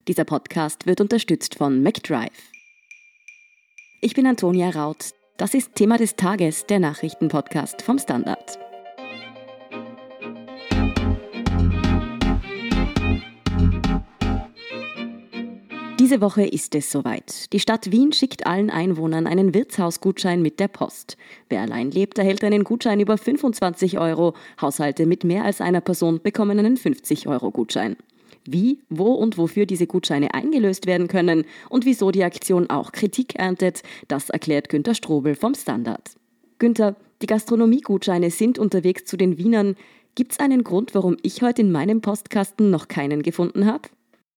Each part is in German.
Dieser Podcast wird unterstützt von McDrive. Ich bin Antonia Raut. Das ist Thema des Tages, der Nachrichtenpodcast vom Standard. Diese Woche ist es soweit. Die Stadt Wien schickt allen Einwohnern einen Wirtshausgutschein mit der Post. Wer allein lebt, erhält einen Gutschein über 25 €. Haushalte mit mehr als einer Person bekommen einen 50-€-Gutschein. Wie, wo und wofür diese Gutscheine eingelöst werden können und wieso die Aktion auch Kritik erntet, das erklärt Günther Strobel vom Standard. Günther, die Gastronomiegutscheine sind unterwegs zu den Wienern. Gibt's einen Grund, warum ich heute in meinem Postkasten noch keinen gefunden habe?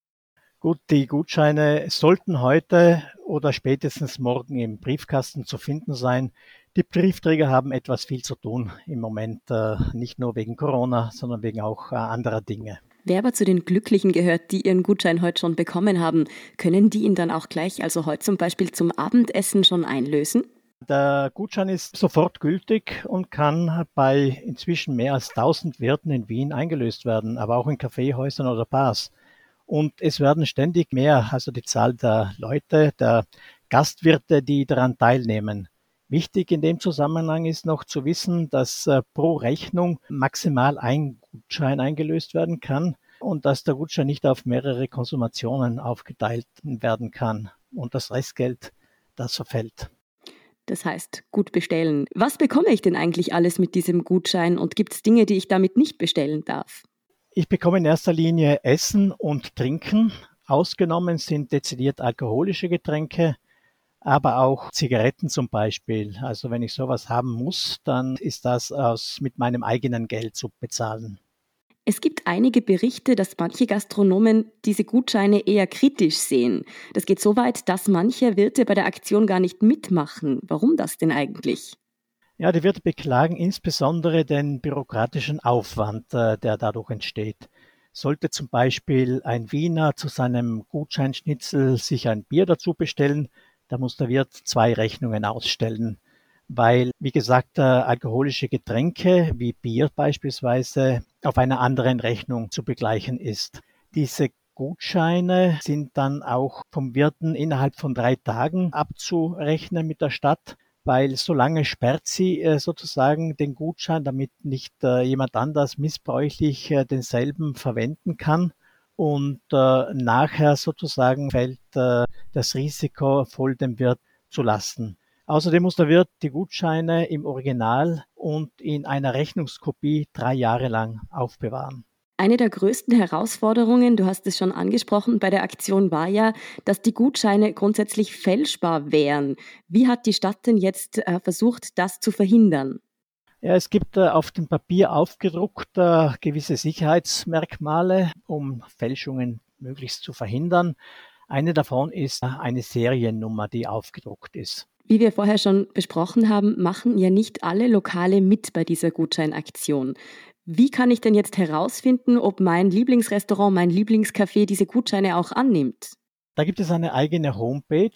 Gut, die Gutscheine sollten heute oder spätestens morgen im Briefkasten zu finden sein. Die Briefträger haben etwas viel zu tun im Moment, nicht nur wegen Corona, sondern wegen auch anderer Dinge. Wer aber zu den Glücklichen gehört, die ihren Gutschein heute schon bekommen haben, können die ihn dann auch gleich, also heute zum Beispiel zum Abendessen, schon einlösen? Der Gutschein ist sofort gültig und kann bei inzwischen mehr als 1000 Wirten in Wien eingelöst werden, aber auch in Kaffeehäusern oder Bars. Und es werden ständig mehr, also die Zahl der Leute, der Gastwirte, die daran teilnehmen. Wichtig in dem Zusammenhang ist noch zu wissen, dass pro Rechnung maximal ein Gutschein eingelöst werden kann und dass der Gutschein nicht auf mehrere Konsumationen aufgeteilt werden kann und das Restgeld, das verfällt. Das heißt, gut bestellen. Was bekomme ich denn eigentlich alles mit diesem Gutschein und gibt es Dinge, die ich damit nicht bestellen darf? Ich bekomme in erster Linie Essen und Trinken. Ausgenommen sind dezidiert alkoholische Getränke, aber auch Zigaretten zum Beispiel. Also wenn ich sowas haben muss, dann ist das mit meinem eigenen Geld zu bezahlen. Es gibt einige Berichte, dass manche Gastronomen diese Gutscheine eher kritisch sehen. Das geht so weit, dass manche Wirte bei der Aktion gar nicht mitmachen. Warum das denn eigentlich? Ja, die Wirte beklagen insbesondere den bürokratischen Aufwand, der dadurch entsteht. Sollte zum Beispiel ein Wiener zu seinem Gutscheinschnitzel sich ein Bier dazu bestellen, da muss der Wirt 2 Rechnungen ausstellen, weil, wie gesagt, alkoholische Getränke wie Bier beispielsweise auf einer anderen Rechnung zu begleichen ist. Diese Gutscheine sind dann auch vom Wirten innerhalb von 3 Tagen abzurechnen mit der Stadt, weil solange sperrt sie sozusagen den Gutschein, damit nicht jemand anders missbräuchlich denselben verwenden kann. Und nachher sozusagen fällt das Risiko voll dem Wirt zu Lasten. Außerdem muss der Wirt die Gutscheine im Original und in einer Rechnungskopie 3 Jahre lang aufbewahren. Eine der größten Herausforderungen, du hast es schon angesprochen, bei der Aktion war ja, dass die Gutscheine grundsätzlich fälschbar wären. Wie hat die Stadt denn jetzt versucht, das zu verhindern? Ja, es gibt auf dem Papier aufgedruckt gewisse Sicherheitsmerkmale, um Fälschungen möglichst zu verhindern. Eine davon ist eine Seriennummer, die aufgedruckt ist. Wie wir vorher schon besprochen haben, machen ja nicht alle Lokale mit bei dieser Gutscheinaktion. Wie kann ich denn jetzt herausfinden, ob mein Lieblingsrestaurant, mein Lieblingscafé diese Gutscheine auch annimmt? Da gibt es eine eigene Homepage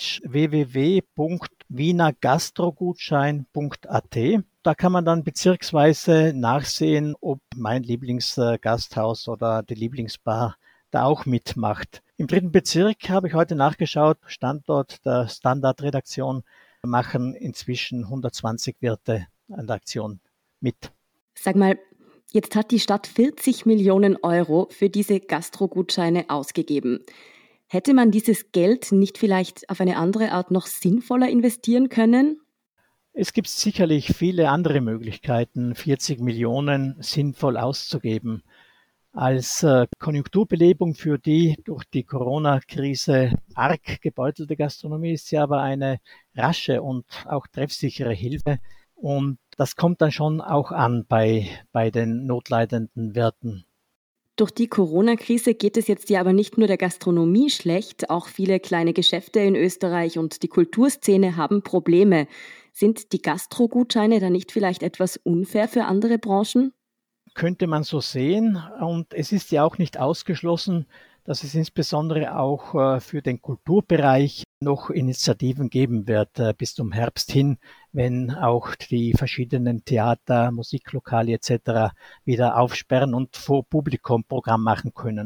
www.wienergastrogutschein.at. Da kann man dann bezirksweise nachsehen, ob mein Lieblingsgasthaus oder die Lieblingsbar da auch mitmacht. Im 3. Bezirk habe ich heute nachgeschaut, Standort der Standardredaktion, machen inzwischen 120 Wirte an der Aktion mit. Sag mal, jetzt hat die Stadt 40 Millionen € für diese Gastrogutscheine ausgegeben. Hätte man dieses Geld nicht vielleicht auf eine andere Art noch sinnvoller investieren können? Es gibt sicherlich viele andere Möglichkeiten, 40 Millionen sinnvoll auszugeben. Als Konjunkturbelebung für die durch die Corona-Krise arg gebeutelte Gastronomie ist sie aber eine rasche und auch treffsichere Hilfe. Und das kommt dann schon auch an bei den notleidenden Wirten. Durch die Corona-Krise geht es jetzt ja aber nicht nur der Gastronomie schlecht, auch viele kleine Geschäfte in Österreich und die Kulturszene haben Probleme. Sind die Gastrogutscheine dann nicht vielleicht etwas unfair für andere Branchen? Könnte man so sehen. Und es ist ja auch nicht ausgeschlossen, dass es insbesondere auch für den Kulturbereich noch Initiativen geben wird bis zum Herbst hin, wenn auch die verschiedenen Theater, Musiklokale etc. wieder aufsperren und vor Publikum Programm machen können.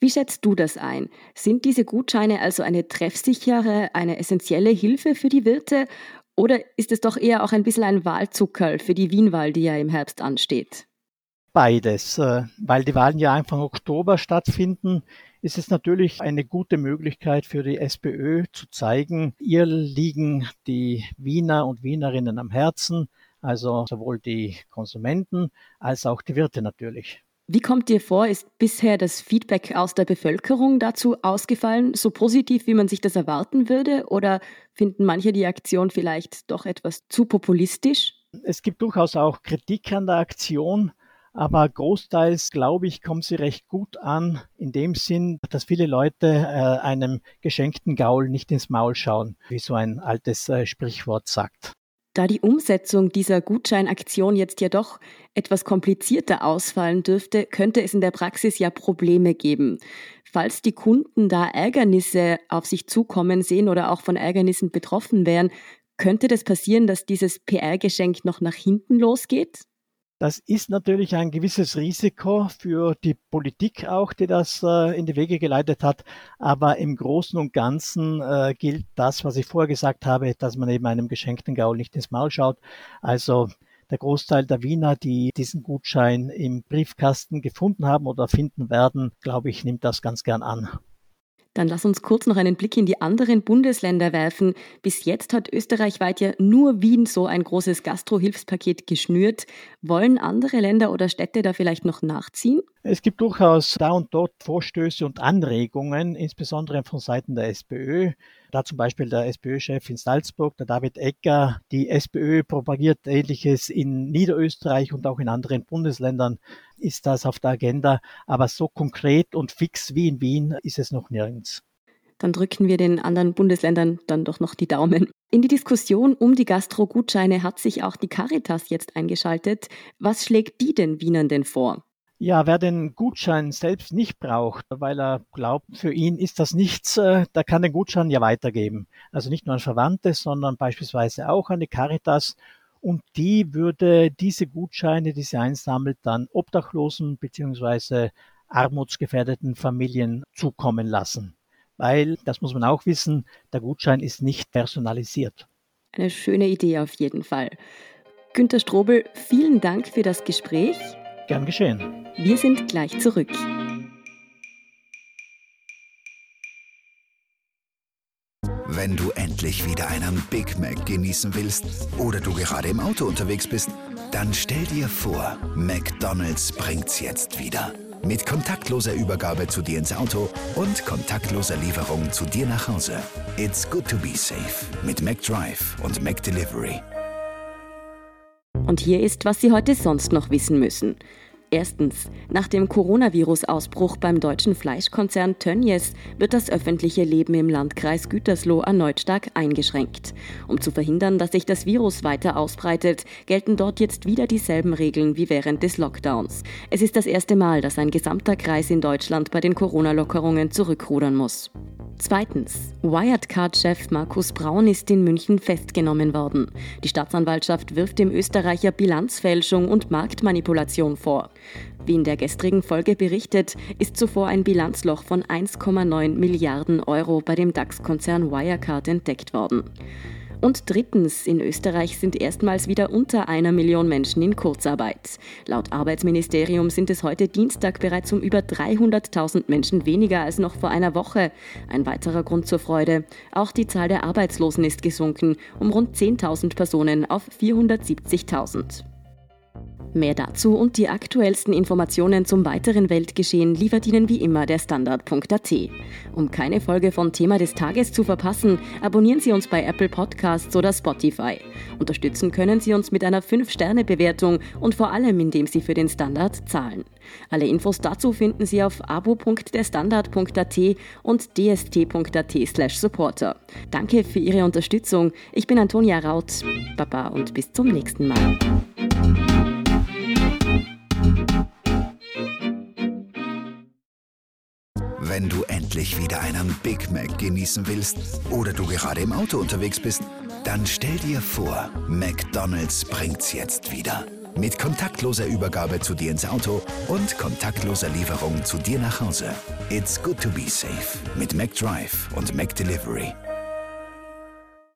Wie schätzt du das ein? Sind diese Gutscheine also eine treffsichere, eine essentielle Hilfe für die Wirte? Oder ist es doch eher auch ein bisschen ein Wahlzuckerl für die Wienwahl, die ja im Herbst ansteht? Beides. Weil die Wahlen ja Anfang Oktober stattfinden, ist es natürlich eine gute Möglichkeit für die SPÖ zu zeigen, ihr liegen die Wiener und Wienerinnen am Herzen, also sowohl die Konsumenten als auch die Wirte natürlich. Wie kommt dir vor, ist bisher das Feedback aus der Bevölkerung dazu ausgefallen, so positiv, wie man sich das erwarten würde? Oder finden manche die Aktion vielleicht doch etwas zu populistisch? Es gibt durchaus auch Kritik an der Aktion, aber großteils, glaube ich, kommt sie recht gut an, in dem Sinn, dass viele Leute einem geschenkten Gaul nicht ins Maul schauen, wie so ein altes Sprichwort sagt. Da die Umsetzung dieser Gutscheinaktion jetzt ja doch etwas komplizierter ausfallen dürfte, könnte es in der Praxis ja Probleme geben. Falls die Kunden da Ärgernisse auf sich zukommen sehen oder auch von Ärgernissen betroffen wären, könnte das passieren, dass dieses PR-Geschenk noch nach hinten losgeht? Das ist natürlich ein gewisses Risiko für die Politik auch, die das in die Wege geleitet hat. Aber im Großen und Ganzen gilt das, was ich vorher gesagt habe, dass man eben einem geschenkten Gaul nicht ins Maul schaut. Also der Großteil der Wiener, die diesen Gutschein im Briefkasten gefunden haben oder finden werden, glaube ich, nimmt das ganz gern an. Dann lass uns kurz noch einen Blick in die anderen Bundesländer werfen. Bis jetzt hat österreichweit ja nur Wien so ein großes Gastro-Hilfspaket geschnürt. Wollen andere Länder oder Städte da vielleicht noch nachziehen? Es gibt durchaus da und dort Vorstöße und Anregungen, insbesondere von Seiten der SPÖ. Da zum Beispiel der SPÖ-Chef in Salzburg, der David Egger. Die SPÖ propagiert Ähnliches in Niederösterreich und auch in anderen Bundesländern ist das auf der Agenda. Aber so konkret und fix wie in Wien ist es noch nirgends. Dann drücken wir den anderen Bundesländern dann doch noch die Daumen. In die Diskussion um die Gastro-Gutscheine hat sich auch die Caritas jetzt eingeschaltet. Was schlägt die den Wienern denn vor? Ja, wer den Gutschein selbst nicht braucht, weil er glaubt, für ihn ist das nichts, der kann den Gutschein ja weitergeben. Also nicht nur an Verwandte, sondern beispielsweise auch an die Caritas. Und die würde diese Gutscheine, die sie einsammelt, dann Obdachlosen bzw. armutsgefährdeten Familien zukommen lassen. Weil, das muss man auch wissen, der Gutschein ist nicht personalisiert. Eine schöne Idee auf jeden Fall. Günter Strobel, vielen Dank für das Gespräch. Gern geschehen. Wir sind gleich zurück. Wenn du endlich wieder einen Big Mac genießen willst oder du gerade im Auto unterwegs bist, dann stell dir vor, McDonald's bringt's jetzt wieder. Mit kontaktloser Übergabe zu dir ins Auto und kontaktloser Lieferung zu dir nach Hause. It's good to be safe mit McDrive und McDelivery. Und hier ist, was Sie heute sonst noch wissen müssen. Erstens, nach dem Coronavirus-Ausbruch beim deutschen Fleischkonzern Tönnies wird das öffentliche Leben im Landkreis Gütersloh erneut stark eingeschränkt. Um zu verhindern, dass sich das Virus weiter ausbreitet, gelten dort jetzt wieder dieselben Regeln wie während des Lockdowns. Es ist das erste Mal, dass ein gesamter Kreis in Deutschland bei den Corona-Lockerungen zurückrudern muss. Zweitens, Wirecard-Chef Markus Braun ist in München festgenommen worden. Die Staatsanwaltschaft wirft dem Österreicher Bilanzfälschung und Marktmanipulation vor. Wie in der gestrigen Folge berichtet, ist zuvor ein Bilanzloch von 1,9 Milliarden Euro bei dem DAX-Konzern Wirecard entdeckt worden. Und drittens, in Österreich sind erstmals wieder unter 1 Million Menschen in Kurzarbeit. Laut Arbeitsministerium sind es heute Dienstag bereits um über 300.000 Menschen weniger als noch vor einer Woche. Ein weiterer Grund zur Freude. Auch die Zahl der Arbeitslosen ist gesunken, um rund 10.000 Personen auf 470.000. Mehr dazu und die aktuellsten Informationen zum weiteren Weltgeschehen liefert Ihnen wie immer der Standard.at. Um keine Folge von Thema des Tages zu verpassen, abonnieren Sie uns bei Apple Podcasts oder Spotify. Unterstützen können Sie uns mit einer 5-Sterne-Bewertung und vor allem, indem Sie für den Standard zahlen. Alle Infos dazu finden Sie auf abo.derstandard.at und dst.at/supporter. Danke für Ihre Unterstützung. Ich bin Antonia Raut. Baba und bis zum nächsten Mal. Wenn du endlich wieder einen Big Mac genießen willst oder du gerade im Auto unterwegs bist, dann stell dir vor, McDonald's bringt's jetzt wieder. Mit kontaktloser Übergabe zu dir ins Auto und kontaktloser Lieferung zu dir nach Hause. It's good to be safe mit McDrive und McDelivery.